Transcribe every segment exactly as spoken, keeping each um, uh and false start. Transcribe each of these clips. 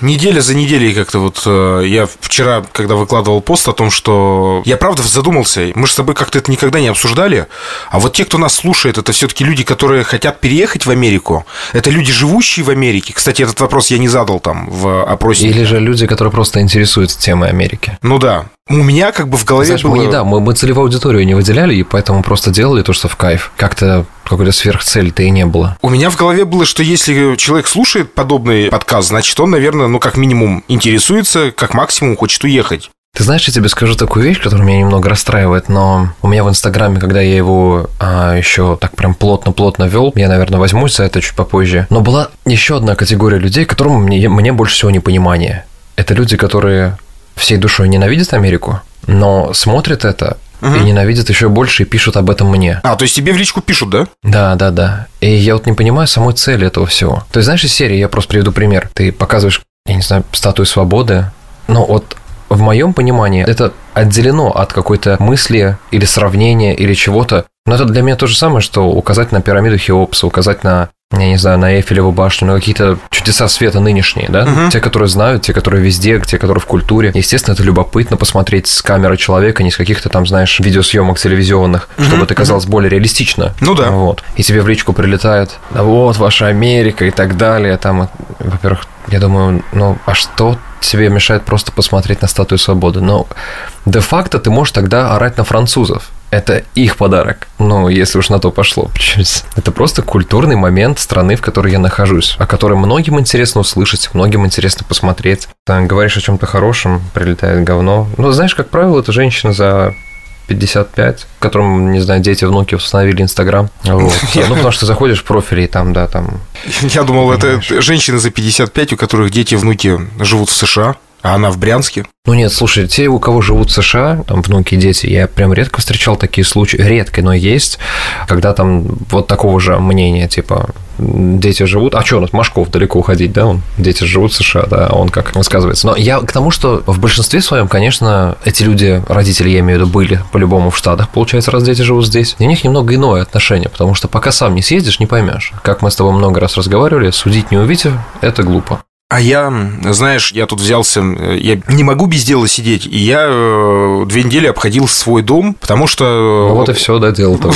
неделя за неделей как-то вот э, я вчера, когда выкладывал пост о том, что я правда задумался, мы же с тобой как-то это никогда не обсуждали, а вот те, кто нас слушает, это все-таки люди, которые хотят переехать в Америку, это люди, живущие в Америке. Кстати, этот вопрос я не задал там в опросе. Или же люди, которые просто интересуются темой Америки. Ну да. У меня как бы в голове Знаешь, было... мы не, да, мы, мы целевую аудиторию не выделяли, и поэтому просто делали то, что в кайф. Как-то какой-то сверхцели-то и не было. У меня в голове было, что если человек слушает подобный подкаст, значит, он, наверное, ну, как минимум интересуется, как максимум хочет уехать. Ты знаешь, я тебе скажу такую вещь, которая меня немного расстраивает, но у меня в Инстаграме, когда я его а, еще так прям плотно-плотно вел, я, наверное, возьмусь за это чуть попозже, но была еще одна категория людей, которым мне, мне больше всего непонимание. Это люди, которые всей душой ненавидят Америку, но смотрят это угу. и ненавидят еще больше и пишут об этом мне. А, то есть тебе в личку пишут, да? Да, да, да. И я вот не понимаю самой цели этого всего. То есть, знаешь, из серии, я просто приведу пример. Ты показываешь, я не знаю, статую свободы, но вот в моем понимании это отделено от какой-то мысли или сравнения или чего-то. Но это для меня то же самое, что указать на пирамиду Хеопса, указать на, я не знаю, на Эйфелеву башню, на какие-то чудеса света нынешние, да? Uh-huh. Те, которые знают, те, которые везде, те, которые в культуре. Естественно, это любопытно посмотреть с камеры человека, не с каких-то там, знаешь, видеосъемок телевизионных, uh-huh. чтобы это казалось uh-huh. более реалистично. Ну да. Вот. И тебе в личку прилетает, да вот, ваша Америка и так далее. Там, во-первых, я думаю, ну, а что тебе мешает просто посмотреть на статую свободы? Но де-факто ты можешь тогда орать на французов. Это их подарок. Ну, если уж на то пошло. Это просто культурный момент страны, в которой я нахожусь, о котором многим интересно услышать, многим интересно посмотреть. Там говоришь о чем-то хорошем, прилетает говно. Ну, знаешь, как правило, это женщина за пятьдесят пять, которым, не знаю, дети, внуки установили Инстаграм. Вот. Ну, потому что заходишь в профили, и там, да, там... Я думал, это женщины за пятьдесят пять, у которых дети, внуки живут в США. А она в Брянске? Ну нет, слушай, те, у кого живут в США, там внуки и дети, я прям редко встречал такие случаи, редко, но есть, когда там вот такого же мнения, типа, дети живут, а что, у нас Машков далеко уходить, да, он, дети живут в США, да, он как высказывается. Но я к тому, что в большинстве своем, конечно, эти люди, родители, я имею в виду, были по-любому в Штатах, получается, раз дети живут здесь, и у них немного иное отношение, потому что пока сам не съездишь, не поймешь. Как мы с тобой много раз разговаривали, судить не увидев, это глупо. А я, знаешь, я тут взялся, я не могу без дела сидеть, и я две недели обходил свой дом, потому что... Ну вот и все, да, дело-то.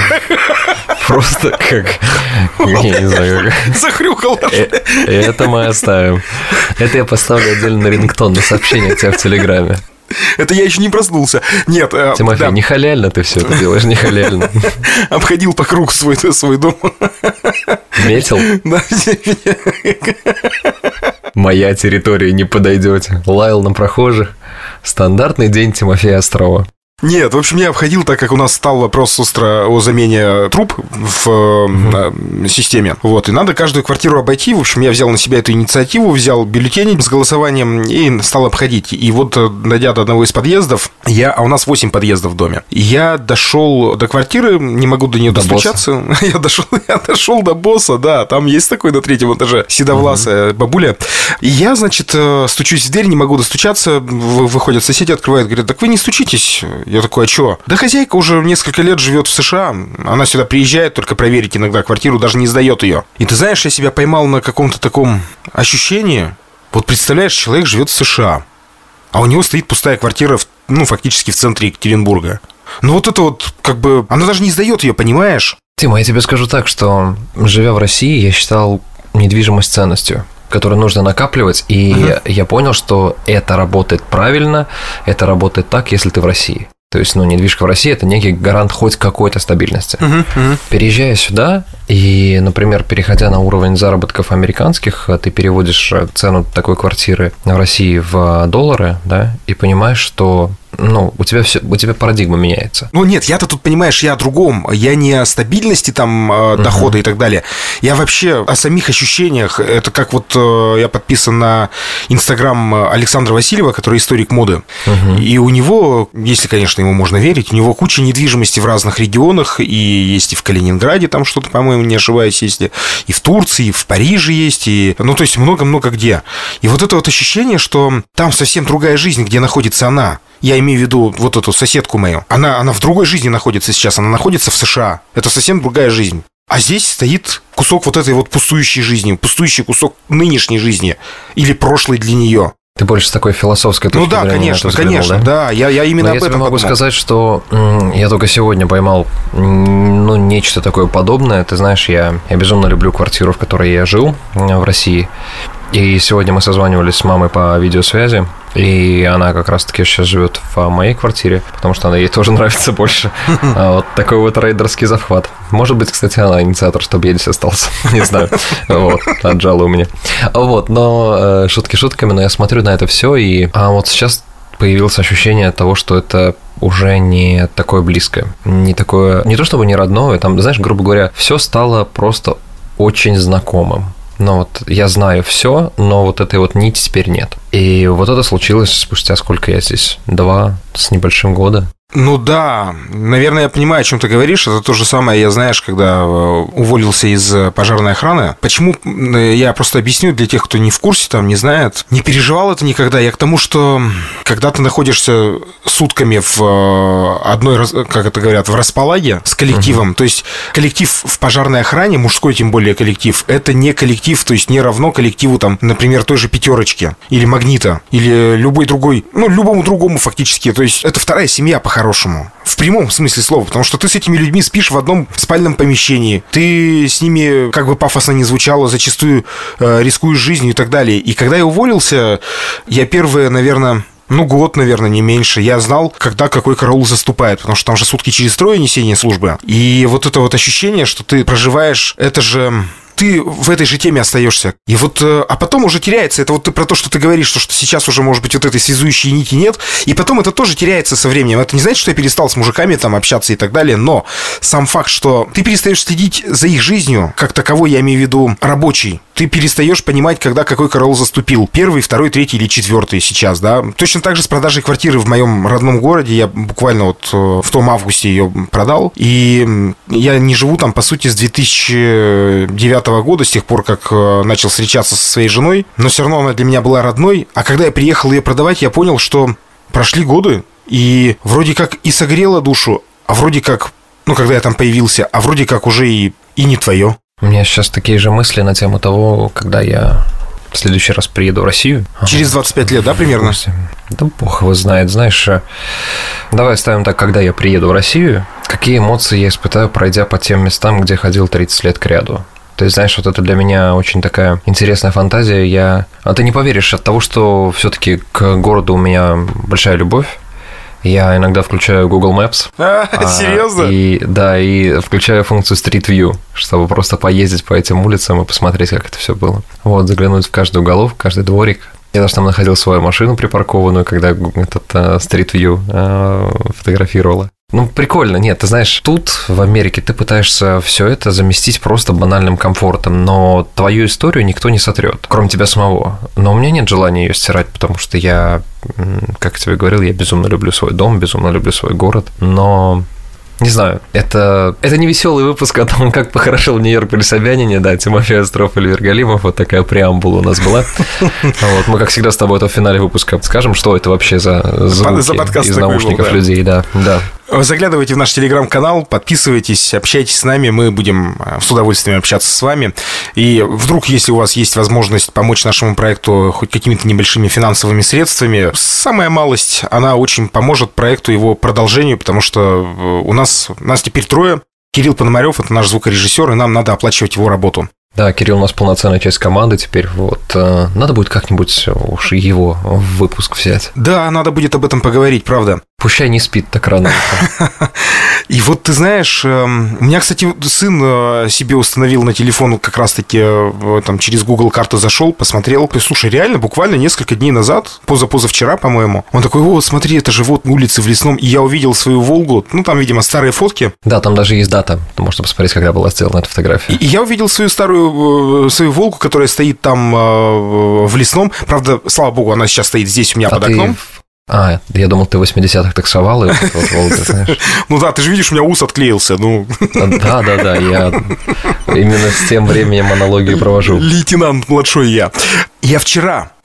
Просто как... Я не знаю, как... Захрюкал. Это мы оставим. Это я поставлю отдельно на рингтон, на сообщение от тебя в Телеграме. Это я еще не проснулся. Нет, Тимофей, да. Не халяльно ты все это делаешь, не халяльно. Обходил по кругу свой, свой дом. Метил? Да. Моя территория, не подойдете. Лаял на прохожих. Стандартный день Тимофея Острова. Нет, в общем, я обходил, так как у нас стал вопрос остро о замене труб в mm-hmm. системе. Вот, и надо каждую квартиру обойти. В общем, я взял на себя эту инициативу, взял бюллетени с голосованием и стал обходить. И вот, дойдя до одного из подъездов, я, а у нас восемь подъездов в доме, я дошел до квартиры, не могу до нее до достучаться. Я дошел, я дошел до босса, да, там есть такой на третьем этаже седовласая mm-hmm. бабуля. И я, значит, стучусь в дверь, не могу достучаться, выходят соседи, открывают, говорят, так вы не стучитесь. Я такой, а чё? Да хозяйка уже несколько лет живет в США. Она сюда приезжает только проверить иногда квартиру, даже не сдает ее. И ты знаешь, я себя поймал на каком-то таком ощущении. Вот представляешь, человек живет в США, а у него стоит пустая квартира, ну, фактически в центре Екатеринбурга. Ну, вот это вот, как бы, она даже не сдает ее, понимаешь? Тима, я тебе скажу так, что, живя в России, я считал недвижимость ценностью, которую нужно накапливать, и uh-huh. я понял, что это работает правильно, это работает так, если ты в России. То есть, ну, недвижка в России – это некий гарант хоть какой-то стабильности. Uh-huh, uh-huh. Переезжая сюда и, например, переходя на уровень заработков американских, ты переводишь цену такой квартиры в России в доллары, да, и понимаешь, что... Ну, у тебя все, у тебя парадигма меняется. Ну, нет, я-то тут, понимаешь, я о другом. Я не о стабильности там uh-huh. дохода и так далее. Я вообще о самих ощущениях. Это как вот я подписан на Инстаграм Александра Васильева, который историк моды. Uh-huh. И у него, если, конечно, ему можно верить, у него куча недвижимости в разных регионах. И есть и в Калининграде там что-то, по-моему, не ошибаюсь, есть и в Турции, и в Париже есть. И... Ну, то есть много-много где. И вот это вот ощущение, что там совсем другая жизнь, где находится она. Я имею в виду вот эту соседку мою. Она, она в другой жизни находится сейчас. Она находится в США. Это совсем другая жизнь. А здесь стоит кусок вот этой вот пустующей жизни, пустующий кусок нынешней жизни или прошлой для нее. Ты больше с такой философской точки ну, да, зрения конечно, взглянул, конечно, да? да, я, я именно Но об я этом тебе могу подумал. сказать, что м, я только сегодня поймал ну, нечто такое подобное. Ты знаешь, я, я безумно люблю квартиру, в которой я жил в России. И сегодня мы созванивались с мамой по видеосвязи, и она как раз-таки сейчас живет в моей квартире, потому что она ей тоже нравится больше. Вот такой вот рейдерский захват. Может быть, кстати, она инициатор, чтобы я здесь остался. Не знаю. Вот, отжала у меня. Вот, но шутки шутками, но я смотрю на это все, и а вот сейчас появилось ощущение того, что это уже не такое близкое, не такое, не то чтобы не родное, там, знаешь, грубо говоря, все стало просто очень знакомым. Но вот я знаю все, но вот этой вот нити теперь нет. И вот это случилось спустя сколько я здесь? Два с небольшим года. Ну да, наверное, я понимаю, о чем ты говоришь. Это то же самое, я, знаешь, когда уволился из пожарной охраны. Почему, я просто объясню для тех, кто не в курсе, там, не знает. Не переживал это никогда. Я к тому, что когда ты находишься сутками в одной, как это говорят, в располаге с коллективом, uh-huh. то есть коллектив в пожарной охране, мужской тем более коллектив, это не коллектив, то есть не равно коллективу, там, например, той же пятерочки или Магнита, или любой другой, ну, любому другому фактически. То есть это вторая семья по хорошему. В прямом смысле слова. Потому что ты с этими людьми спишь в одном спальном помещении. Ты с ними, как бы пафосно ни звучало, зачастую э, рискуешь жизнью и так далее. И когда я уволился, я первое, наверное... Ну, год, наверное, не меньше. Я знал, когда какой караул заступает, потому что там же сутки через трое несения службы. И вот это вот ощущение, что ты проживаешь, это же... ты в этой же теме остаешься. И вот, а потом уже теряется. Это вот ты про то, что ты говоришь, что, что сейчас уже, может быть, вот этой связующей нити нет. И потом это тоже теряется со временем. Это не значит, что я перестал с мужиками там общаться и так далее, но сам факт, что ты перестаешь следить за их жизнью, как таковой, я имею в виду рабочий. Ты перестаешь понимать, когда какой караул заступил. Первый, второй, третий или четвертый сейчас, да. Точно так же с продажей квартиры в моем родном городе. Я буквально вот в том августе ее продал. И я не живу там, по сути, с две тысячи девятого года, с тех пор, как начал встречаться со своей женой. Но все равно она для меня была родной. А когда я приехал ее продавать, я понял, что прошли годы. И вроде как и согрело душу, а вроде как, ну, когда я там появился, а вроде как уже и, и не твое. У меня сейчас такие же мысли на тему того, когда я в следующий раз приеду в Россию. Через двадцать пять лет, да, примерно? Да бог его знает, знаешь. Давай оставим так, когда я приеду в Россию, какие эмоции я испытаю, пройдя по тем местам, где ходил тридцать лет кряду. То есть, знаешь, вот это для меня очень такая интересная фантазия. Я... А ты не поверишь, от того, что все-таки к городу у меня большая любовь, я иногда включаю Google Maps. А, а, серьезно? И, да, и включаю функцию Street View, чтобы просто поездить по этим улицам и посмотреть, как это все было. Вот, заглянуть в каждый уголок, в каждый дворик. Я даже там находил свою машину припаркованную, когда этот uh, Street View uh, фотографировала. Ну, прикольно. Нет, ты знаешь, тут, в Америке, ты пытаешься все это заместить просто банальным комфортом, но твою историю никто не сотрет, кроме тебя самого. Но у меня нет желания ее стирать, потому что я, как я тебе говорил, я безумно люблю свой дом, безумно люблю свой город, но... Не знаю, это, это не веселый выпуск о том, как похорошел Нью-Йорк при Собянине, да, Тимофей Остров и Эльвир Галимов, вот такая преамбула у нас была. Вот, мы, как всегда, с тобой это в финале выпуска скажем, что это вообще за звуки за из наушников был, да. людей, да, да. Заглядывайте в наш телеграм-канал, подписывайтесь, общайтесь с нами, мы будем с удовольствием общаться с вами. И вдруг, если у вас есть возможность помочь нашему проекту хоть какими-то небольшими финансовыми средствами, самая малость, она очень поможет проекту, его продолжению, потому что у нас, у нас теперь трое. Кирилл Пономарев – это наш звукорежиссер, и нам надо оплачивать его работу. Да, Кирилл у нас полноценная часть команды теперь, вот, э, надо будет как-нибудь уж его в выпуск взять. Да, надо будет об этом поговорить, правда. Пущай не спит так рано. И вот ты знаешь, у меня, кстати, сын себе установил на телефон как раз-таки там через Google карты зашел, посмотрел. Слушай, реально, буквально несколько дней назад, позапозавчера, по-моему, он такой: о, смотри, это же вот улицы в Лесном. И я увидел свою Волгу, ну, там, видимо, старые фотки. Да, там даже есть дата, можно посмотреть, когда была сделана эта фотография. И я увидел свою старую, свою Волгу, которая стоит там в Лесном. Правда, слава богу, она сейчас стоит здесь у меня а под окном. А, я думал, ты в восьмидесятых таксовал, и вот, вот Волга, знаешь. Ну да, ты же видишь, у меня ус отклеился, ну. Да, да, да, я именно с тем временем аналогию провожу. Лейтенант младшой я. Я вчера,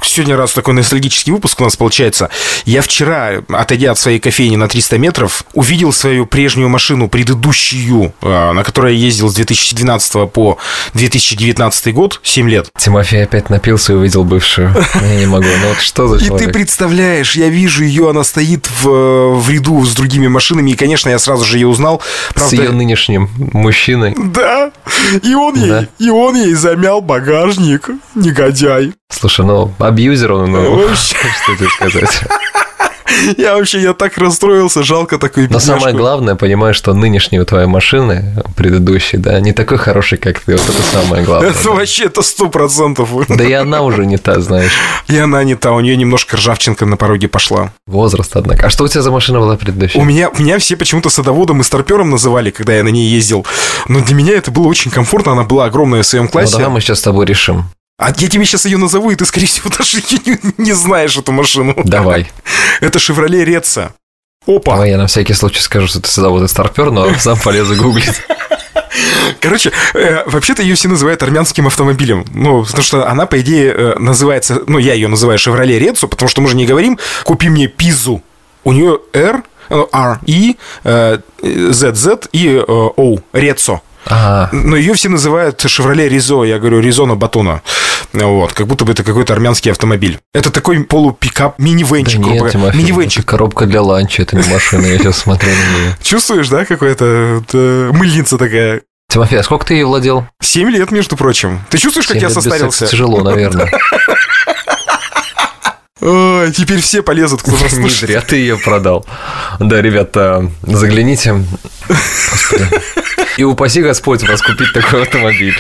Сегодня раз такой ностальгический выпуск у нас получается. Я вчера, отойдя от своей кофейни на триста метров, увидел свою прежнюю машину, предыдущую, на которой я ездил с две тысячи двенадцатого по две тысячи девятнадцатый год, семь лет. Тимофей опять напился и увидел бывшую. Я не могу. Ну вот что за человек? И ты представляешь, я вижу ее, она стоит в, в ряду с другими машинами, и, конечно, я сразу же ее узнал. Правда... С ее нынешним мужчиной. Да, и он, да. Ей, и он ей замял багажник, негодяй. Слушай, ну, абьюзер он, ну, что тебе сказать? Я вообще, я так расстроился, жалко такой бедняжку. Но самое главное, понимаешь, что нынешней у твоей машины, предыдущей, да, не такой хороший, как ты, вот это самое главное. Это да. Вообще, это сто процентов. Да и она уже не та, знаешь. И она не та, у нее немножко ржавчинка на пороге пошла. Возраст, однако. А что у тебя за машина была предыдущая? У меня, меня все почему-то садоводом и старпером называли, когда я на ней ездил. Но для меня это было очень комфортно, она была огромная в своем классе. Ну, давай мы сейчас с тобой решим. А я тебе сейчас ее назову, и ты, скорее всего, даже не, не знаешь эту машину. Давай. Это Chevrolet Rezzo. Опа. Давай я на всякий случай скажу, что ты садовод и старпер, но сам полезу гуглить. Короче, э, вообще-то ее все называют армянским автомобилем. Ну, потому что она, по идее, э, называется... Ну, я ее называю Chevrolet Rezzo, потому что мы же не говорим «купи мне Пизу». У нее R, R, E, э, Z, Z и э, O. Rezzo. Ага. Но ее все называют Chevrolet Резо. Я говорю, Резона Батона. Вот, как будто бы это какой-то армянский автомобиль. Это такой полупикап, мини-венчик. Да нет, Тимофей, мини-венчик. Это коробка для ланча, это не машина, я сейчас смотрю на нее. Чувствуешь, да, какая-то мыльница такая? Тимофей, а сколько ты ее владел? Семь лет, между прочим. Ты чувствуешь, как я состарился? Тяжело, наверное. Ой, теперь все полезут, кто нас слушает. Не зря ты ее продал. Да, ребята, загляните. Господи. И упаси Господь вас купить такой автомобиль.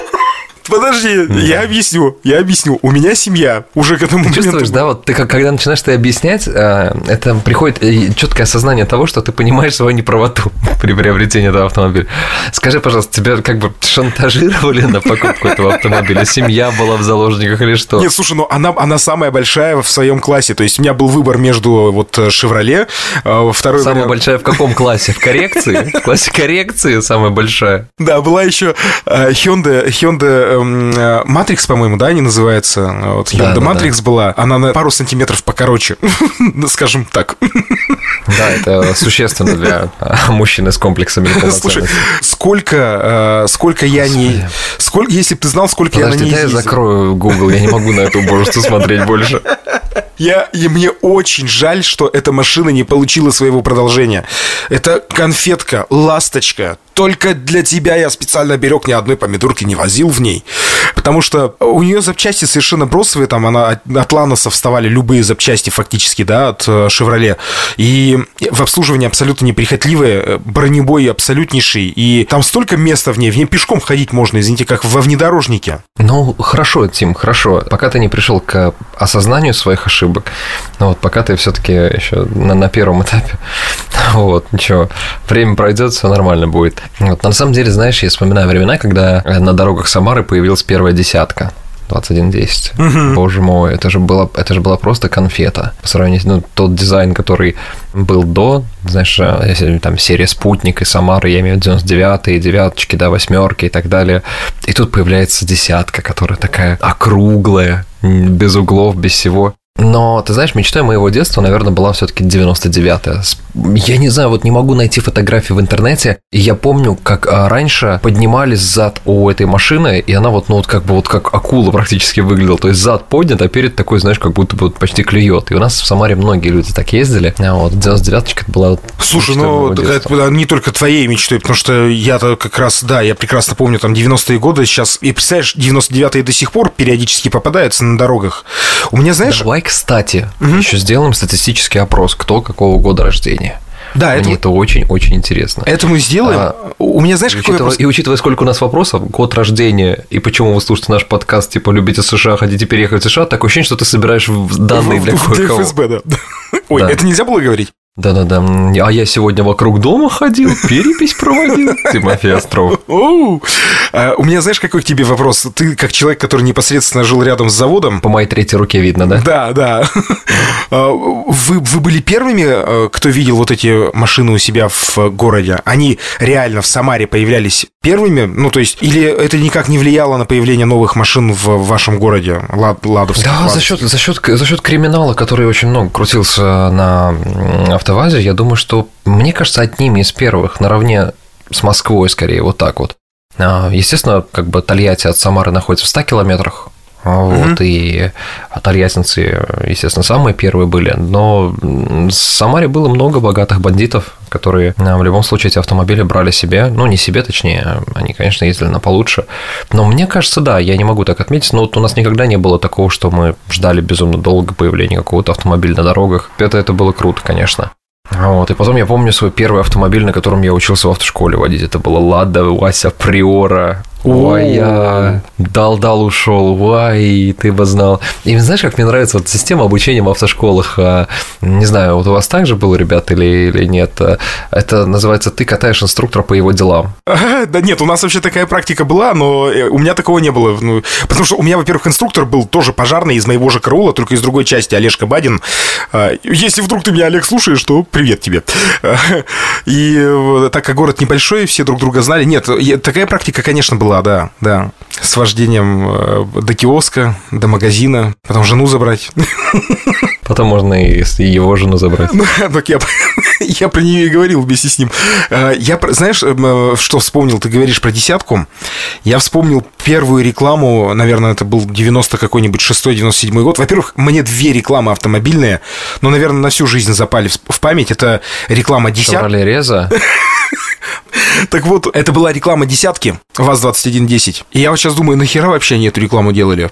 Подожди, да. я объясню, я объясню. У меня семья уже к этому ты моменту. Чувствуешь, да, вот ты когда начинаешь это объяснять, это приходит четкое осознание того, что ты понимаешь свою неправоту при приобретении этого автомобиля. Скажи, пожалуйста, тебя как бы шантажировали на покупку этого автомобиля? Семья была в заложниках или что? Нет, слушай, ну она, она самая большая в своем классе. То есть у меня был выбор между вот Chevrolet, второй Самая вариант... большая в каком классе? В коррекции? В классе коррекции самая большая. Да, была еще Hyundai, Hyundai Matrix, по-моему, да, они называются. Вот Hyundai да, да, Matrix да. была. Она на пару сантиметров покороче, скажем так. Да, это существенно для мужчины с комплексами неполноценности. Слушай, сколько, сколько я не... Сколько, если бы ты знал, сколько Подожди, я на ней ездил. Подожди, дай я закрою Google, я не могу на это убожество смотреть больше. Я, и мне очень жаль, что эта машина не получила своего продолжения. Это конфетка, ласточка. Только для тебя я специально берег, ни одной помидорки не возил в ней. Потому что у нее запчасти совершенно бросовые. Там она, от, от Ланоса вставали любые запчасти фактически, да, от Chevrolet. И в обслуживании абсолютно неприхотливые. Бронебой абсолютнейший. И там столько места в ней. В ней пешком ходить можно, извините, как во внедорожнике. Ну, хорошо, Тим, хорошо. Пока ты не пришел к осознанию своих ошибок, ну вот пока ты все-таки еще на, на первом этапе, вот, ничего, время пройдет, все нормально будет. Вот, на самом деле, знаешь, я вспоминаю времена, когда на дорогах Самары появилась первая десятка. двадцать один десять. Uh-huh. Боже мой, это же, было, это же была просто конфета. По сравнению с ну, тот дизайн, который был до, знаешь, там серия «Спутник» и «Самара», я имею в виду девяносто девятые, девяточки, да, восьмерки и так далее. И тут появляется десятка, которая такая округлая, без углов, без всего. Но, ты знаешь, мечтой моего детства, наверное, была все-таки девяносто девятая. Я не знаю, вот не могу найти фотографии в интернете. И я помню, как раньше поднимались зад у этой машины, и она вот, ну, вот как бы вот как акула практически выглядела. То есть зад поднят, а перед такой, знаешь, как будто бы вот почти клюет. И у нас в Самаре многие люди так ездили. А вот девяносто девяточка была... Слушай, ну, это не только твоей мечтой, потому что я-то как раз, да, я прекрасно помню там девяностые годы. Сейчас, и представляешь, девяносто девятые до сих пор периодически попадаются на дорогах. У меня, знаешь... Давай, кстати, угу. еще сделаем статистический опрос, кто какого года рождения. Да, Мне это, это очень-очень интересно. Это мы сделаем. А, у меня, знаешь, и какой учитывая, вопрос... И учитывая, сколько у нас вопросов, год рождения, и почему вы слушаете наш подкаст, типа, любите США, хотите переехать в США, такое ощущение, что ты собираешь данные для кое-кого. Для эф эс бэ, да. Ой, да. это нельзя было говорить? Да-да-да. А я сегодня вокруг дома ходил, перепись проводил. Тимофей Остров. У меня, знаешь, какой к тебе вопрос? Ты, как человек, который непосредственно жил рядом с заводом... По моей третьей руке видно, да? Да, да. Вы, вы были первыми, кто видел вот эти машины у себя в городе? Они реально в Самаре появлялись первыми? Ну, то есть, или это никак не влияло на появление новых машин в вашем городе, Лад, Ладовских? Да, за счет, за, счет, за счет криминала, который очень много крутился на АвтоВАЗе, я думаю, что, мне кажется, одними из первых, наравне с Москвой, скорее, вот так вот. Естественно, как бы Тольятти от Самары находится в ста километрах, вот, mm-hmm. и тольяттинцы, естественно, самые первые были, но в Самаре было много богатых бандитов, которые в любом случае эти автомобили брали себе, ну, не себе, точнее, они, конечно, ездили на получше, но мне кажется, да, я не могу так отметить, но вот у нас никогда не было такого, что мы ждали безумно долго появления какого-то автомобиля на дорогах, это, это было круто, конечно. Вот, и потом я помню свой первый автомобиль, на котором я учился в автошколе водить. Это была Лада Вася Приора. Ой, я дал-дал ушел, ой, ты бы знал. И знаешь, как мне нравится вот система обучения в автошколах. Не знаю, вот у вас так же было, ребят, или, или нет? Это называется «ты катаешь инструктора по его делам». Да нет, у нас вообще такая практика была, но у меня такого не было. Ну, потому что у меня, во-первых, инструктор был тоже пожарный из моего же караула, только из другой части, Олежка Бадин. Если вдруг ты меня, Олег, слушаешь, то привет тебе. И так как город небольшой, все друг друга знали. Нет, такая практика, конечно, была. Да, да. С вождением до киоска, до магазина, потом жену забрать. Потом можно и его жену забрать. Ну, так я, я про нее и говорил вместе с ним. Я, знаешь, что вспомнил? Ты говоришь про десятку. Я вспомнил первую рекламу, наверное, это был девяносто какой-нибудь шестой, девяносто седьмой год. Во-первых, мне две рекламы автомобильные, но, наверное, на всю жизнь запали в память. Это реклама десятки. Шевроле Реза. Так вот, это была реклама десятки, ВАЗ двадцать один десять. И я вот сейчас думаю, нахера вообще они эту рекламу делали?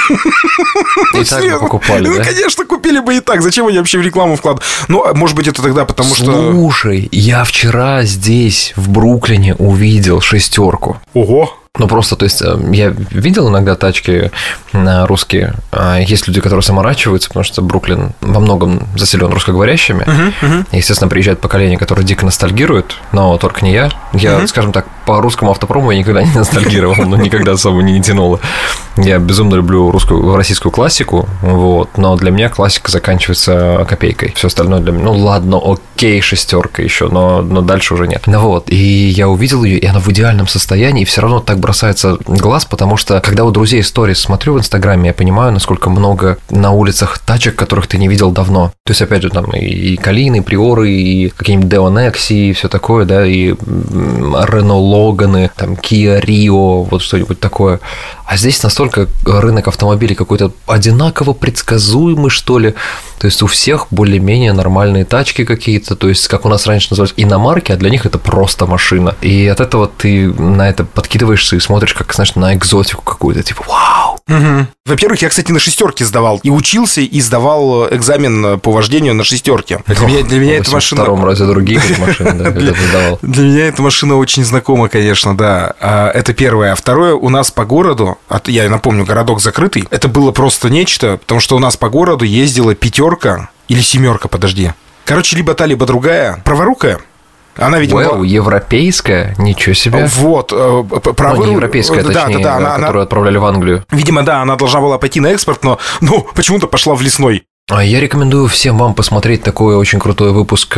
И так бы покупали, ну, да? конечно, купили бы и так. Зачем они вообще в рекламу вкладывают? Ну, может быть, это тогда потому что... Слушай, я вчера здесь, в Бруклине, увидел шестерку. Ого! Ну, просто, то есть, я видел иногда тачки русские. Есть люди, которые заморачиваются, потому что Бруклин во многом заселен русскоговорящими. Uh-huh, uh-huh. Естественно, приезжает поколение, которое дико ностальгирует, но только не я. Я, uh-huh. скажем так, по русскому автопрому я никогда не ностальгировал, но никогда особо не тянуло. Я безумно люблю русскую, российскую классику, вот, но для меня классика заканчивается копейкой. Все остальное для меня, ну, ладно, окей, шестерка еще, но, но дальше уже нет. Ну вот, и я увидел ее, и она в идеальном состоянии, и все равно так бросается глаз, потому что, когда у друзей сторис смотрю в Инстаграме, я понимаю, насколько много на улицах тачек, которых ты не видел давно. То есть, опять же, там и Калины, и Приоры, и какие-нибудь Део Некси, и все такое, да, и Рено Логаны, там, Kia Rio, вот что-нибудь такое. А здесь настолько рынок автомобилей какой-то одинаково предсказуемый, что ли. То есть, у всех более-менее нормальные тачки какие-то, то есть, как у нас раньше назывались, иномарки, а для них это просто машина. И от этого ты на это подкидываешься и смотришь, как, знаешь, на экзотику какую-то, типа, вау! Угу. Во-первых, я, кстати, на шестерке сдавал. И учился, и сдавал экзамен по вождению на шестерке. Для меня, для меня эта машина... В втором разе другие машины, да, когда ты сдавал. Для меня эта машина очень знакома, конечно, да. Это первое. А второе, у нас по городу, я напомню, городок закрытый, это было просто нечто, потому что у нас по городу ездила пятерка или семерка, подожди. Короче, либо та, либо другая, праворукая. Она, видимо, well, была... европейская, ничего себе. Вот, правая... Ну, не европейская, да, точнее, да, да, да, она, которую отправляли в Англию. Видимо, да, она должна была пойти на экспорт, но ну, почему-то пошла в лесной. Я рекомендую всем вам посмотреть такой очень крутой выпуск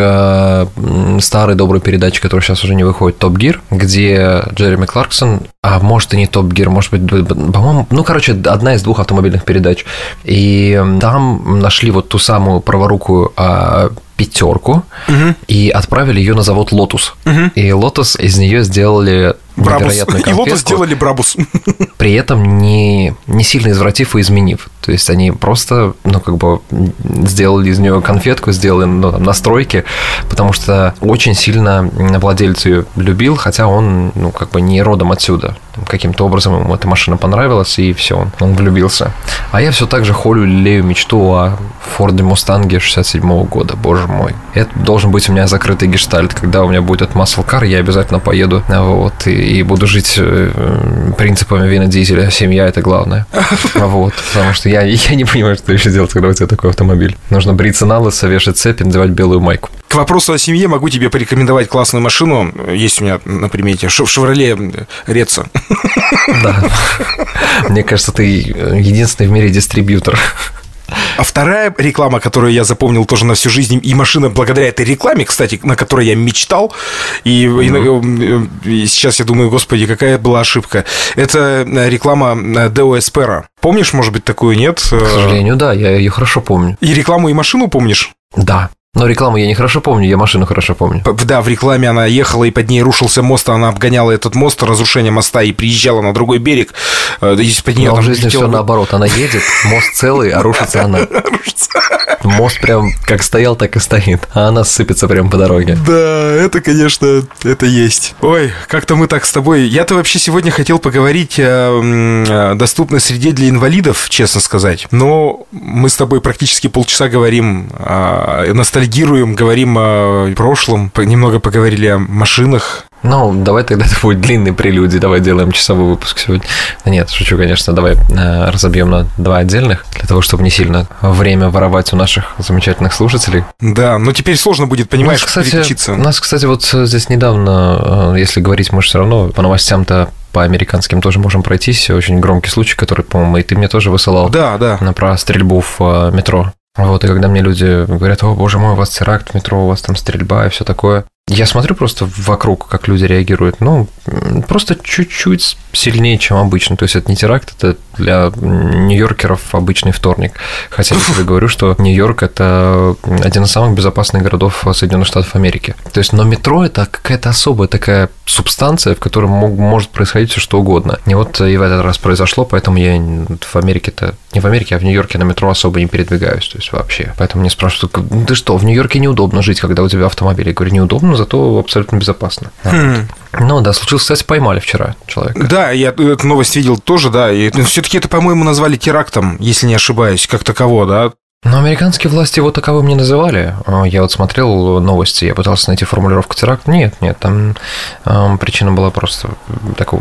старой доброй передачи, которая сейчас уже не выходит, Топ Гир, где Джереми Кларксон, а может и не Топ Гир, может быть, по-моему, ну, короче, одна из двух автомобильных передач. И там нашли вот ту самую праворукую пятерку uh-huh. и отправили ее на завод Lotus. Uh-huh. И Lotus из нее сделали невероятную конфетку. И Lotus сделали Брабус. При этом не, не сильно извратив и изменив. То есть они просто, ну, как бы сделали из нее конфетку, сделали, ну, там, настройки, потому что очень сильно владелец ее любил, хотя он, ну, как бы не родом отсюда. Каким-то образом ему эта машина понравилась, и все, он, он влюбился. А я все так же холю, лелею мечту о Форде Мустанге шестьдесят седьмого года, боже мой. Это должен быть у меня закрытый гештальт. Когда у меня будет этот muscle car, я обязательно поеду, вот, и и буду жить принципами Вина Дизеля. Семья – это главное. Вот, потому что я, я не понимаю, что еще делать, когда у тебя такой автомобиль. Нужно бриться на лысо, вешать цепь и надевать белую майку. К вопросу о семье могу тебе порекомендовать классную машину. Есть у меня на примете «Шевроле Резо». Да. Мне кажется, ты единственный в мире дистрибьютор. А вторая реклама, которую я запомнил тоже на всю жизнь, и машина благодаря этой рекламе, кстати, на которой я мечтал, и, mm-hmm. и, и сейчас я думаю, господи, какая была ошибка. Это реклама Део Эспера. Помнишь, может быть, такую, нет? К сожалению, да, я ее хорошо помню. И рекламу, и машину помнишь? Да. Но рекламу я не хорошо помню, я машину хорошо помню. Да, в рекламе она ехала, и под ней рушился мост, она обгоняла этот мост, разрушение моста, и приезжала на другой берег. И под нее Но там в жизни летела... все наоборот, она едет, мост целый, а рушится она. Мост прям как стоял, так и стоит, а она сыпется прям по дороге. Да, это, конечно, это есть. Ой, как-то мы так с тобой... Я-то вообще сегодня хотел поговорить о доступной среде для инвалидов, честно сказать. Но мы с тобой практически полчаса говорим о ностальгии, говорим о прошлом, немного поговорили о машинах. Ну, давай тогда это будет длинный прелюдий, давай делаем часовой выпуск сегодня. Нет, шучу, конечно, давай э, разобьем на два отдельных, для того, чтобы не сильно время воровать у наших замечательных слушателей. Да, но теперь сложно будет, понимаешь, нас, кстати, переключиться. У нас, кстати, вот здесь недавно, если говорить, мы же все равно по новостям-то по американским тоже можем пройтись, очень громкий случай, который, по-моему, и ты мне тоже высылал. Да, да. Про стрельбу в метро. Вот, и когда мне люди говорят: о, боже мой, у вас теракт в метро, у вас там стрельба и все такое. Я смотрю просто вокруг, как люди реагируют. Ну, просто чуть-чуть сильнее, чем обычно. То есть это не теракт, это для нью-йоркеров обычный вторник. Хотя я тебе говорю, что Нью-Йорк – это один из самых безопасных городов Соединенных Штатов Америки. То есть, но метро – это какая-то особая такая субстанция, в которой может происходить все что угодно. И вот и в этот раз произошло, поэтому я в Америке-то, не в Америке, а в Нью-Йорке на метро особо не передвигаюсь. То есть вообще. Поэтому мне спрашивают: ты что, в Нью-Йорке неудобно жить, когда у тебя автомобиль? Я говорю: неудобно, зато абсолютно безопасно. Хм. Ну да, случилось, кстати, поймали вчера человека. Да, я эту новость видел тоже, да. И все-таки это, по-моему, назвали терактом, если не ошибаюсь, как таково, да. Но американские власти его таковым не называли. Я вот смотрел новости, я пытался найти формулировку теракта. Нет, нет, там э, причина была просто такого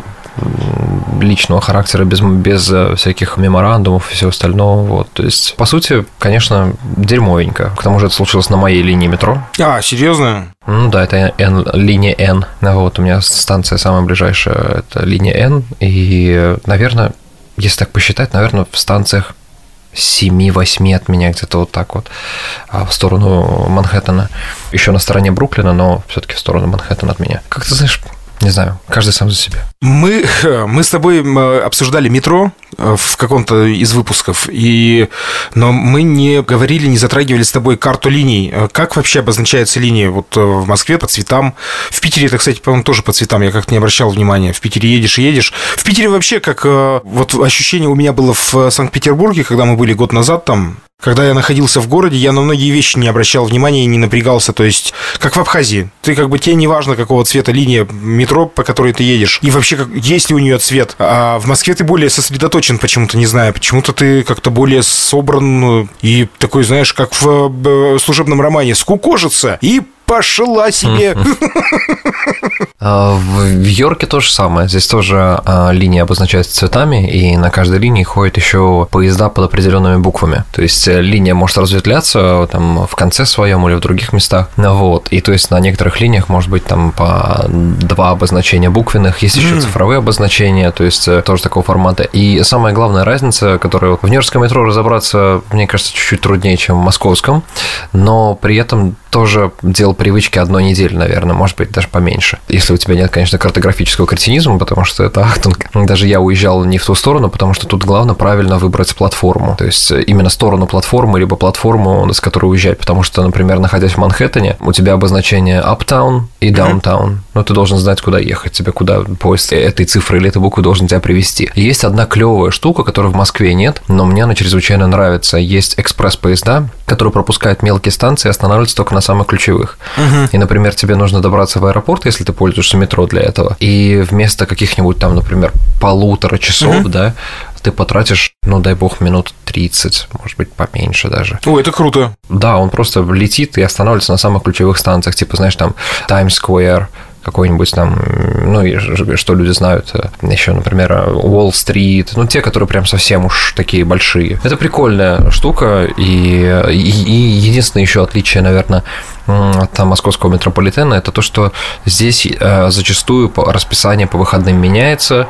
личного характера, без, без всяких меморандумов и всего остального. Вот. То есть, по сути, конечно, дерьмовенько. К тому же это случилось на моей линии метро. А, серьезно? Ну да, это N, линия N. Вот у меня станция самая ближайшая, это линия N. И, наверное, если так посчитать, наверное, в станциях семь-восемь от меня, где-то вот так вот, в сторону Манхэттена. Еще на стороне Бруклина, но все-таки в сторону Манхэттена от меня. Как ты знаешь, не знаю, каждый сам за себя. Мы, мы с тобой обсуждали метро в каком-то из выпусков, и, но мы не говорили, не затрагивали с тобой карту линий. Как вообще обозначается линия вот в Москве по цветам? В Питере это, кстати, по-моему, тоже по цветам, я как-то не обращал внимания. В Питере едешь и едешь. В Питере вообще, как вот ощущение у меня было в Санкт-Петербурге, когда мы были год назад там. Когда я находился в городе, я на многие вещи не обращал внимания и не напрягался. То есть, как в Абхазии. Ты как бы, тебе не важно, какого цвета линия метро, по которой ты едешь. И вообще, как, есть ли у нее цвет. А в Москве ты более сосредоточен почему-то, не знаю. Почему-то ты как-то более собран и такой, знаешь, как в служебном романе, скукожится и пошла себе. В Йорке то же самое. Здесь тоже линия обозначается цветами, и на каждой линии ходят еще поезда под определенными буквами. То есть линия может разветвляться там в конце своем или в других местах. Вот. И то есть на некоторых линиях может быть там по два обозначения буквенных, есть еще mm. цифровые обозначения, то есть тоже такого формата. И самая главная разница, которая в нью-йоркском метро разобраться, мне кажется, чуть-чуть труднее, чем в московском, но при этом тоже дело привычки одной недели, наверное, может быть, даже поменьше. Если у тебя нет, конечно, картографического кретинизма, потому что это ахтунг. Даже я уезжал не в ту сторону, потому что тут главное правильно выбрать платформу. То есть именно сторону платформы, либо платформу, с которой уезжать. Потому что, например, находясь в Манхэттене, у тебя обозначение uptown и downtown. Mm-hmm. Но ты должен знать, куда ехать, тебе куда поезд этой цифры или этой буквы должен тебя привезти. Есть одна клевая штука, которой в Москве нет, но мне она чрезвычайно нравится. Есть экспресс-поезда, которые пропускают мелкие станции и останавливаются только на самых ключевых. Uh-huh. И, например, тебе нужно добраться в аэропорт, если ты пользуешься метро для этого, и вместо каких-нибудь там, например, полутора часов, uh-huh. да, ты потратишь, ну, дай бог, минут тридцать, может быть, поменьше даже. О, это круто. Да, он просто летит и останавливается на самых ключевых станциях, типа, знаешь, там, Times Square, какой-нибудь там, ну, и что люди знают еще, например, Уолл-стрит, ну, те, которые прям совсем уж такие большие. Это прикольная штука, и, и, и единственное еще отличие, наверное, от московского метрополитена, это то, что здесь зачастую расписание по выходным меняется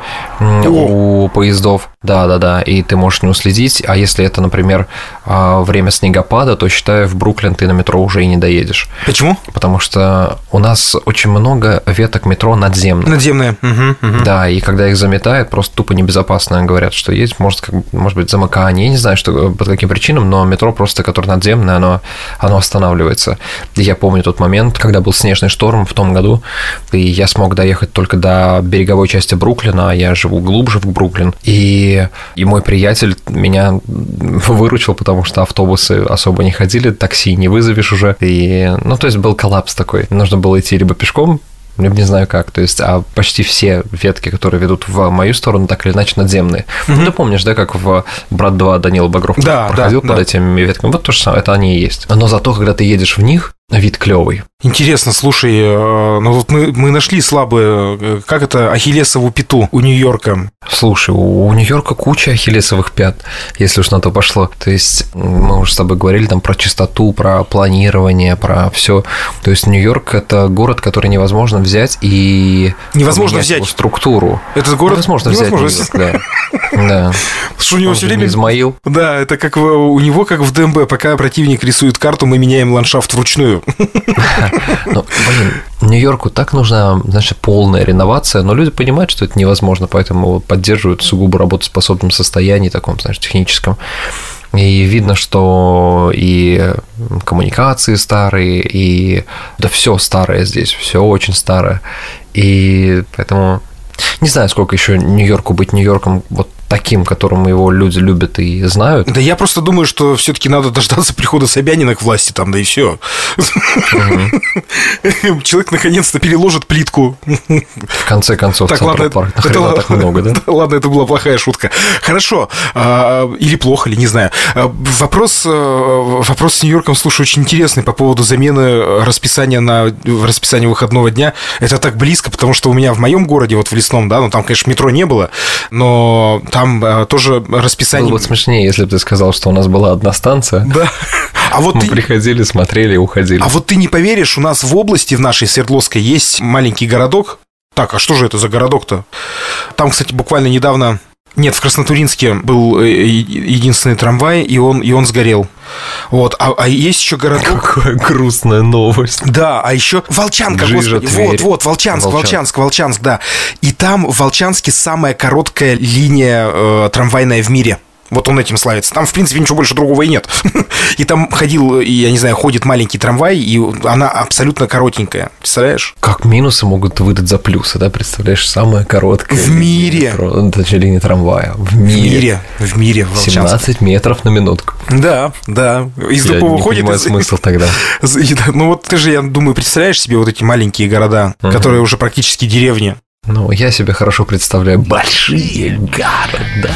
у поездов. Да-да-да, и ты можешь не уследить, а если это, например, время снегопада, то, считай, в Бруклин ты на метро уже и не доедешь. Почему? Потому что у нас очень много веток метро надземных. Надземные. Угу, угу. Да, и когда их заметает, просто тупо небезопасно говорят, что есть, может, как, может быть, замыкание, я не знаю, что, по каким причинам, но метро просто, которое надземное, оно, оно останавливается. И я помню тот момент, когда был снежный шторм в том году, и я смог доехать только до береговой части Бруклина, а я живу глубже в Бруклин, и И мой приятель меня выручил, потому что автобусы особо не ходили, такси не вызовешь уже. И, ну, то есть был коллапс такой. Нужно было идти либо пешком, либо не знаю как. То есть, а почти все ветки, которые ведут в мою сторону, так или иначе надземные. Mm-hmm. Ну, ты помнишь, да, как в «Брат два» Данила Багров да, проходил да, под да. этими ветками? Вот то же самое, это они и есть. Но зато, когда ты едешь в них, вид клевый. Интересно, слушай, ну вот мы, мы нашли слабые, как это, ахиллесову пяту у Нью-Йорка. Слушай, у Нью-Йорка куча ахиллесовых пят, если уж на то пошло. То есть мы уже с тобой говорили там про чистоту, про планирование, про все. То есть Нью-Йорк – это город, который невозможно взять и невозможно взять его структуру. Этот город невозможно, невозможно взять Нью-Йорк, да. Да. Что у него все время Измаил. Да, это как в, у него как в ДМБ, пока противник рисует карту, мы меняем ландшафт вручную. Ну, блин, Нью-Йорку так нужна, значит, полная реновация, но люди понимают, что это невозможно, поэтому поддерживают сугубо работоспособном состоянии, таком, знаешь, техническом. И видно, что и коммуникации старые, и да все старое здесь, все очень старое. И поэтому не знаю, сколько еще Нью-Йорку быть Нью-Йорком вот таким, которым его люди любят и знают. Да я просто думаю, что все-таки надо дождаться прихода Собянина к власти там, да и все. Угу. Человек наконец-то переложит плитку. В конце концов, так, ладно, парк, это, это, так много, да? Ладно, это была плохая шутка. Хорошо. А, или плохо, или не знаю. Вопрос, вопрос с Нью-Йорком, слушай, очень интересный по поводу замены расписания на расписание выходного дня. Это так близко, потому что у меня в моем городе, вот в Лесном, да, ну там, конечно, метро не было, но там а, тоже расписание... Было бы смешнее, если бы ты сказал, что у нас была одна станция. Да. А вот мы ты... приходили, смотрели и уходили. А вот ты не поверишь, у нас в области, в нашей Свердловской, есть маленький городок. Так, а что же это за городок-то? Там, кстати, буквально недавно... Нет, в Краснотуринске был единственный трамвай, и он, и он сгорел. Вот, а, а есть еще городок... Какая грустная новость. Да, а еще Волчанка, Жижа, господи. Тверь. Вот, вот, Волчанск, Волчанск, Волчанск, Волчанск, да. И там в Волчанске самая короткая линия э, трамвайная в мире. Вот он этим славится. Там, в принципе, ничего больше другого и нет. И там ходил, я не знаю, ходит маленький трамвай, и она абсолютно коротенькая. Представляешь? Как минусы могут выдать за плюсы, да? Представляешь, самая короткая в мире. Метро, точнее, линия трамвая. В мире. В мире, в Волчанске. семнадцать метров на минутку. Да, да. Из я Дупова не ходит. понимаю из... смысл тогда. Ну вот ты же, я думаю, представляешь себе вот эти маленькие города, угу. которые уже практически деревни. Ну, я себе хорошо представляю большие города.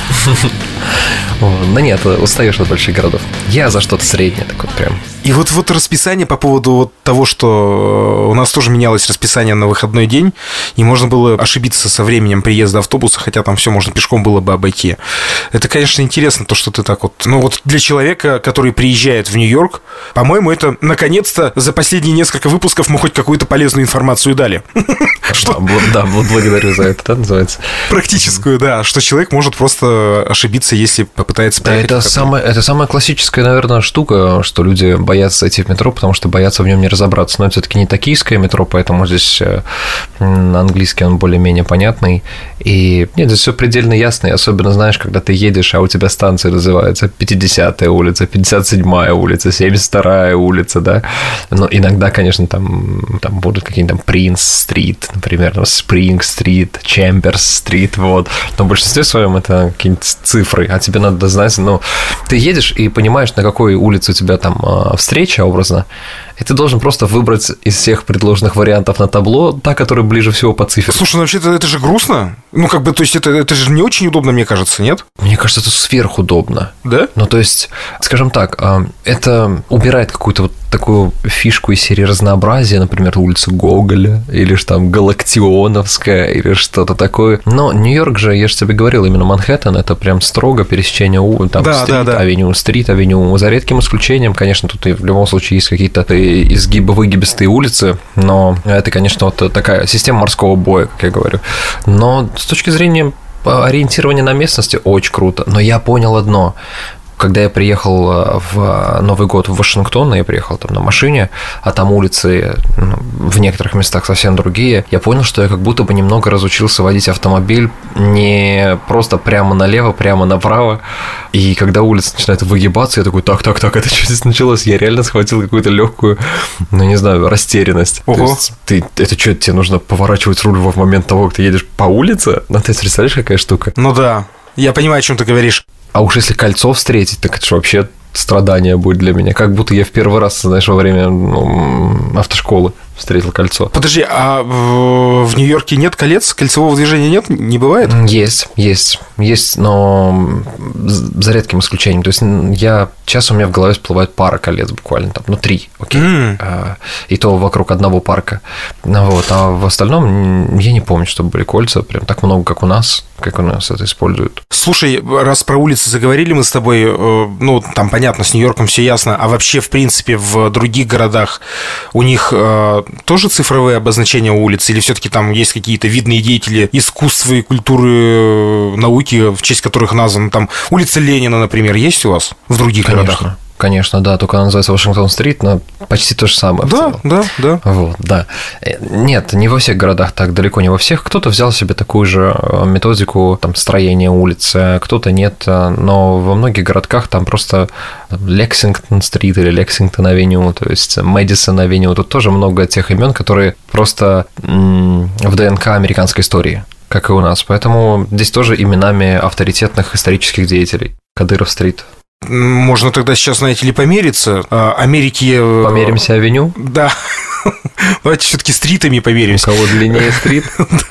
Да нет, устаешь от больших городов. Я за что-то среднее такое прям. И вот, вот расписание по поводу вот того, что у нас тоже менялось расписание на выходной день, и можно было ошибиться со временем приезда автобуса, хотя там все можно пешком было бы обойти. Это, конечно, интересно, то, что ты так вот... Ну, вот для человека, который приезжает в Нью-Йорк, по-моему, это, наконец-то, за последние несколько выпусков мы хоть какую-то полезную информацию дали. Да, благодарю за это, да, называется? Практическую, да, что человек может просто ошибиться, если попытается проехать. Это самая, это самая классическая, наверное, штука, что люди боятся идти в метро, потому что боятся в нем не разобраться. Но это все-таки не токийское метро, поэтому здесь на английский он более-менее понятный. И нет, здесь все предельно ясно. И особенно, знаешь, когда ты едешь, а у тебя станция называется пятидесятая улица, пятьдесят седьмая улица, семьдесят вторая улица, да. Но иногда, конечно, там, там будут какие-нибудь там Принц-стрит, например, Спринг-стрит, Чемберс-стрит, вот. Но в большинстве своем это какие-нибудь цифры, а тебе надо знать, ну, ты едешь и понимаешь, на какой улице у тебя там встреча образно, и ты должен просто выбрать из всех предложенных вариантов на табло та, которая ближе всего по цифре. Слушай, ну вообще-то это же грустно. Ну, как бы, то есть это, это же не очень удобно, мне кажется, нет? Мне кажется, это сверхудобно. Да? Ну, то есть, скажем так, это убирает какую-то вот такую фишку из серии разнообразия, например, улица Гоголя, или же там Галактионовская, или что-то такое. Но Нью-Йорк же, я же тебе говорил, именно Манхэттен, это прям строго пересечение там да, стрит, да, да. авеню, стрит, авеню, за редким исключением, конечно, тут и в любом случае есть какие-то изгибы-выгибистые улицы, но это, конечно, вот такая система морского боя, как я говорю. Но с точки зрения ориентирования на местности очень круто. Но я понял одно. Когда я приехал в Новый год в Вашингтон, я приехал там на машине, а там улицы ну, в некоторых местах совсем другие, я понял, что я как будто бы немного разучился водить автомобиль не просто прямо налево, прямо направо. И когда улица начинает выгибаться, я такой, так, так, так, это что здесь началось? Я реально схватил какую-то легкую, ну не знаю, растерянность. Ого. То есть ты, это что, тебе нужно поворачивать руль в момент того, как ты едешь по улице? Ну ты представляешь, какая штука? Ну да, я понимаю, о чем ты говоришь. А уж если кольцо встретить, так это же вообще страдание будет для меня. Как будто я в первый раз, знаешь, во время ну, автошколы встретил кольцо. Подожди, а в Нью-Йорке нет колец? Кольцевого движения нет? Не бывает? Есть, есть, есть, но за редким исключением. То есть я сейчас у меня в голове всплывает пара колец буквально, там, ну, три, окей. Mm. И то вокруг одного парка. Вот. А в остальном я не помню, чтобы были кольца, прям так много, как у нас, как у нас это используют. Слушай, раз про улицы заговорили мы с тобой, ну, там, понятно, с Нью-Йорком все ясно, а вообще, в принципе, в других городах у них тоже цифровые обозначения улиц, или все-таки там есть какие-то видные деятели искусства и культуры, науки, в честь которых названа там улица Ленина, например, есть у вас в других Конечно. городах? Конечно, да, только она называется Вашингтон-стрит, но почти то же самое. Да, да, да. Вот, да. Нет, не во всех городах так, далеко не во всех. Кто-то взял себе такую же методику там, строения улицы, кто-то нет, но во многих городках там просто Лексингтон-стрит или Лексингтон-авеню, то есть Мэдисон-авеню, тут тоже много тех имен, которые просто в ДНК американской истории, как и у нас. Поэтому здесь тоже именами авторитетных исторических деятелей. Кадыров-стрит. Можно тогда сейчас, знаете ли, помериться. Америки... Померимся авеню? Да. Давайте все-таки стритами померимся. У кого длиннее стрит?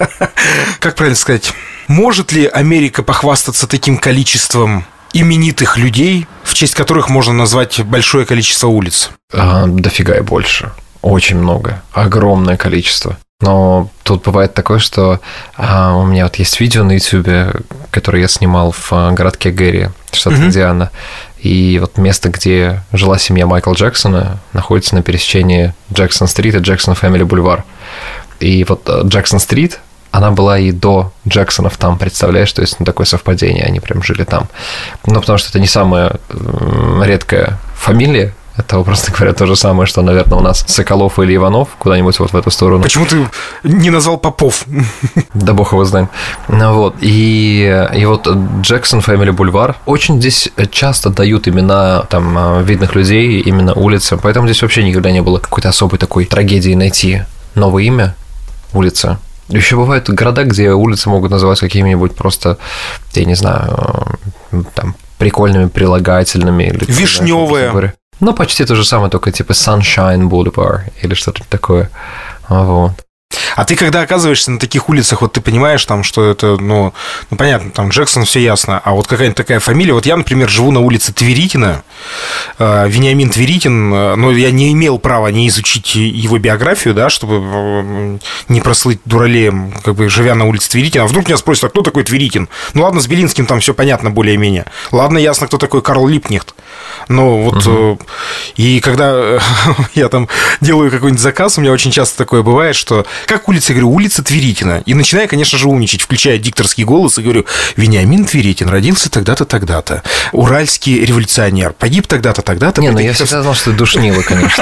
Как правильно сказать? Может ли Америка похвастаться таким количеством именитых людей, в честь которых можно назвать большое количество улиц? А, дофига и больше. Очень много. Огромное количество. Но тут бывает такое, что а, у меня вот есть видео на YouTube, которое я снимал в городке Гэри, штат mm-hmm. Индиана. И вот место, где жила семья Майкла Джексона, находится на пересечении Джексон-стрит и Джексон-Фэмили-бульвар. И вот Джексон-стрит, она была и до Джексонов там, представляешь? То есть, ну, такое совпадение, они прям жили там. Ну, потому что это не самая редкая фамилия. Это, просто говоря, то же самое, что, наверное, у нас Соколов или Иванов, куда-нибудь вот в эту сторону. Почему ты не назвал Попов? Да бог его знает. Ну, вот. И, и вот Джексон Фэмили Бульвар. Очень здесь часто дают имена там видных людей, именно улицы. Поэтому здесь вообще никогда не было какой-то особой такой трагедии найти новое имя улицы. Еще бывают города, где улицы могут называться какими-нибудь просто, я не знаю, там, прикольными прилагательными. Или, Вишневая. Ну, почти то же самое, только типа Sunshine Boulevard или что-то такое. Вот. А ты, когда оказываешься на таких улицах, вот ты понимаешь, там, что это, ну, ну, понятно, там Джексон, все ясно, а вот какая-нибудь такая фамилия, вот я, например, живу на улице Тверитина, Вениамин Тверитин, но я не имел права не изучить его биографию, да, чтобы не прослыть дуралеем, как бы, живя на улице Тверитина. А вдруг меня спросят, а кто такой Тверитин? Ну, ладно, с Белинским там все понятно более-менее. Ладно, ясно, кто такой Карл Липкнехт. Но вот, угу. И когда я там делаю какой-нибудь заказ, у меня очень часто такое бывает, что как улица, я говорю, улица Тверитина. И начинаю, конечно же, умничать, включая дикторский голос, и говорю, Вениамин Тверитин родился тогда-то, тогда-то. Уральский революционер. Погиб тогда-то, тогда-то. Не, ну я всегда знал, что ты душнила, конечно.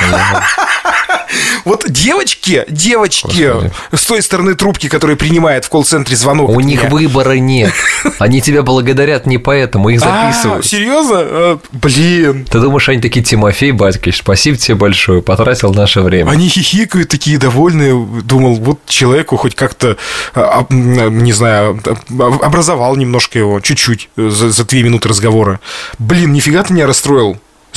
Вот девочки, девочки Господи. С той стороны трубки, которые принимает в колл-центре звонок. У них меня. Выбора нет. Они тебя благодарят не поэтому, их записывают. А, серьезно? А, блин. Ты думаешь, они такие, Тимофей Батькович, спасибо тебе большое, потратил наше время. Они хихикают, такие довольные. Думал, вот человеку хоть как-то, не знаю, образовал немножко его, чуть-чуть, за, за две минуты разговора. Блин, нифига ты меня расстроил.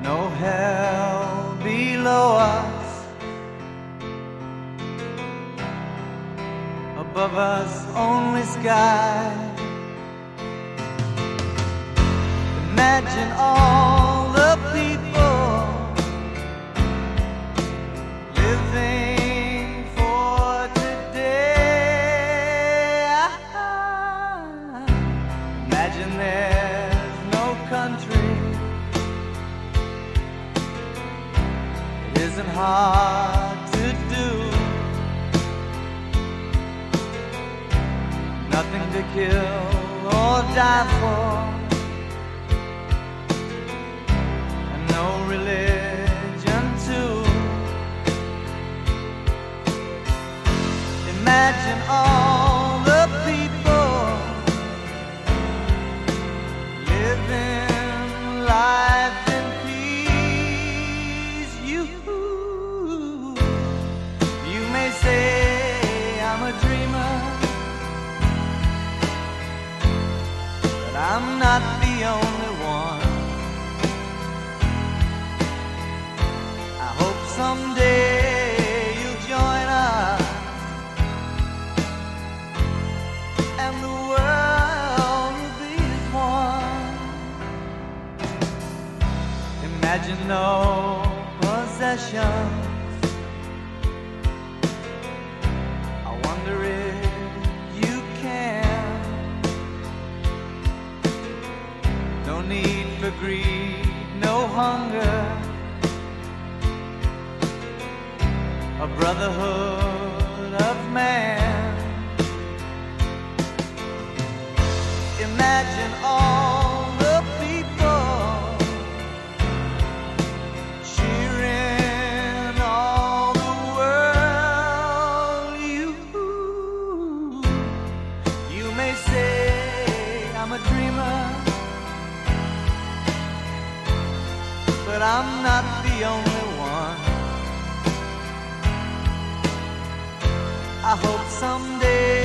no hell below us. Above us only sky. Imagine all the people living for today. Imagine there's no country. It isn't hard to do. Nothing to kill or die for, and no religion too. Imagine all the people living life in peace. You, you may say I'm a dreamer, I'm not the only one. I hope someday you'll join us, and the world will be as one. Imagine no possessions. I wonder if you can. No need for greed, no hunger, a brotherhood of man. Imagine all the people cheering all the world. You, you may say I'm a dreamer, but I'm not the only one. I hope someday